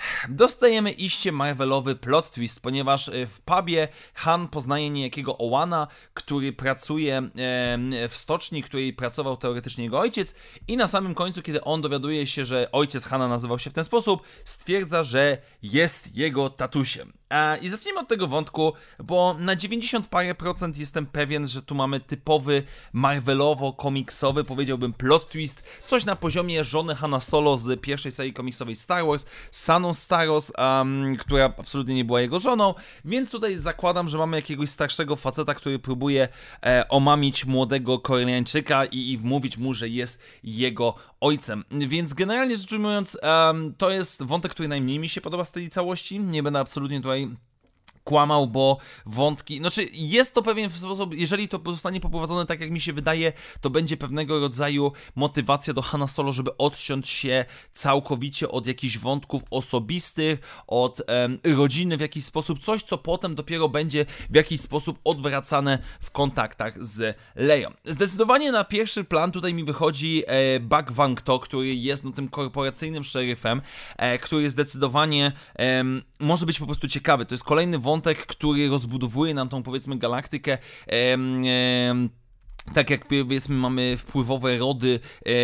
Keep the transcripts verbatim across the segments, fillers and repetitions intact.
dostajemy iście Marvelowy plot twist, ponieważ w pubie Han poznaje niejakiego Owana, który pracuje w stoczni, w której pracował teoretycznie jego ojciec i na samym końcu, kiedy on dowiaduje się, że ojciec Hana nazywał się w ten sposób, stwierdza, że jest jego tatusiem. I zacznijmy od tego wątku, bo na dziewięćdziesiąt parę procent jestem pewien, że tu mamy typowy Marvelowo-komiksowy, powiedziałbym plot twist, coś na poziomie żony Hana Solo z pierwszej serii komiksowej Star Wars, Saną Staros, um, która absolutnie nie była jego żoną, więc tutaj zakładam, że mamy jakiegoś starszego faceta, który próbuje e, omamić młodego Koreańczyka i, i wmówić mu, że jest jego ojcem. Więc generalnie rzecz ujmując, um, to jest wątek, który najmniej mi się podoba z tej całości, nie będę absolutnie tutaj kłamał, bo wątki, znaczy jest to pewien sposób, jeżeli to pozostanie poprowadzone tak jak mi się wydaje, to będzie pewnego rodzaju motywacja do Hana Solo, żeby odciąć się całkowicie od jakichś wątków osobistych, od em, rodziny w jakiś sposób, coś co potem dopiero będzie w jakiś sposób odwracane w kontaktach z Leią. Zdecydowanie na pierwszy plan tutaj mi wychodzi e, Bak Wang-to, który jest no, tym korporacyjnym szeryfem, e, który zdecydowanie e, może być po prostu ciekawy. To jest kolejny wątek, wątek, który rozbudowuje nam tą, powiedzmy, galaktykę, em, em, tak jak powiedzmy mamy wpływowe rody,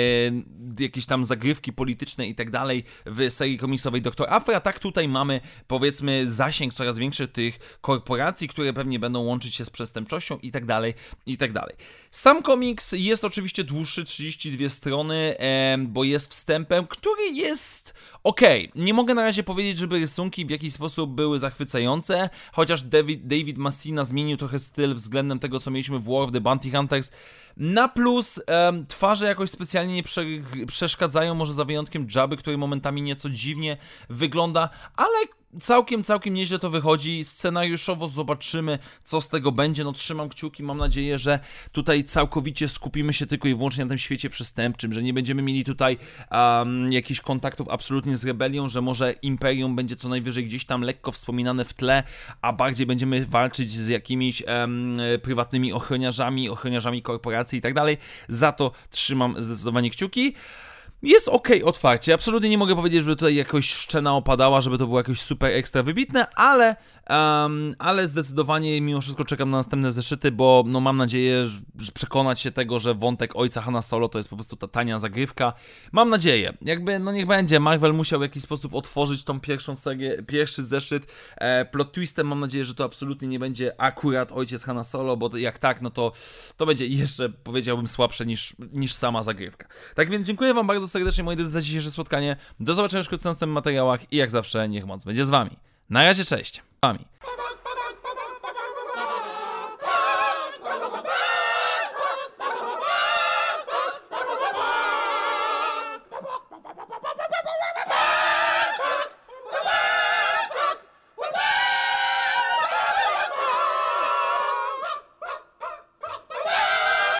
e, jakieś tam zagrywki polityczne i tak dalej w serii komiksowej doktor Aphra, tak tutaj mamy powiedzmy zasięg coraz większy tych korporacji, które pewnie będą łączyć się z przestępczością i tak dalej, i tak dalej. Sam komiks jest oczywiście dłuższy, trzydzieści dwie strony, e, bo jest wstępem, który jest okej. Okay. Nie mogę na razie powiedzieć, żeby rysunki w jakiś sposób były zachwycające, chociaż David, David Messina zmienił trochę styl względem tego, co mieliśmy w War of the Bounty Hunters. Na plus um, twarze jakoś specjalnie nie prze, przeszkadzają, może za wyjątkiem Jabby, który momentami nieco dziwnie wygląda, ale całkiem, całkiem nieźle to wychodzi. Scenariuszowo zobaczymy, co z tego będzie. No trzymam kciuki, mam nadzieję, że tutaj całkowicie skupimy się tylko i wyłącznie na tym świecie przestępczym, że nie będziemy mieli tutaj um, jakichś kontaktów absolutnie z rebelią, że może Imperium będzie co najwyżej gdzieś tam lekko wspominane w tle, a bardziej będziemy walczyć z jakimiś um, prywatnymi ochroniarzami, ochroniarzami korporacji i tak dalej. Za to trzymam zdecydowanie kciuki. Jest okej okay, otwarcie, absolutnie nie mogę powiedzieć, żeby tutaj jakoś szczena opadała, żeby to było jakoś super ekstra wybitne, ale, um, ale zdecydowanie mimo wszystko czekam na następne zeszyty, bo no mam nadzieję, że przekonać się tego, że wątek ojca Hana Solo to jest po prostu ta tania zagrywka. Mam nadzieję, jakby no niech będzie, Marvel musiał w jakiś sposób otworzyć tą pierwszą serię, pierwszy zeszyt e, plot twistem, mam nadzieję, że to absolutnie nie będzie akurat ojciec Hana Solo, bo jak tak, no to to będzie jeszcze, powiedziałbym, słabsze niż, niż sama zagrywka. Tak więc dziękuję wam bardzo serdecznie, moi drodzy, za dzisiejsze spotkanie. Do zobaczenia wkrótce w następnych materiałach i jak zawsze niech moc będzie z wami. Na razie, cześć. Z wami.